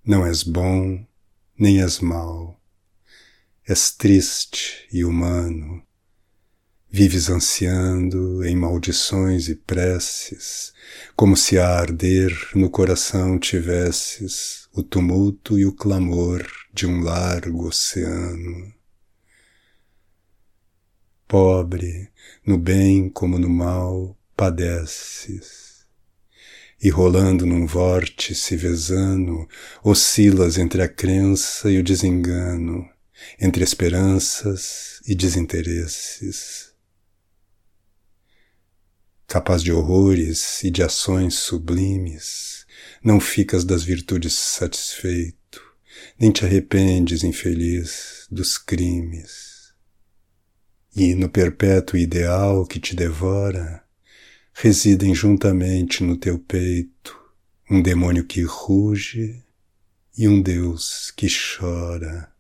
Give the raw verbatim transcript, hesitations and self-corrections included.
Não és bom, nem és mau. És triste e humano. Vives ansiando em maldições e preces, como se a arder no coração tivesses o tumulto e o clamor de um largo oceano. Pobre, no bem como no mal, padeces, e rolando num vórtice vezano, oscilas entre a crença e o desengano, entre esperanças e desinteresses. Capaz de horrores e de ações sublimes, não ficas das virtudes satisfeito, nem te arrependes, infeliz, dos crimes. E no perpétuo ideal que te devora, residem juntamente no teu peito um demônio que ruge e um Deus que chora.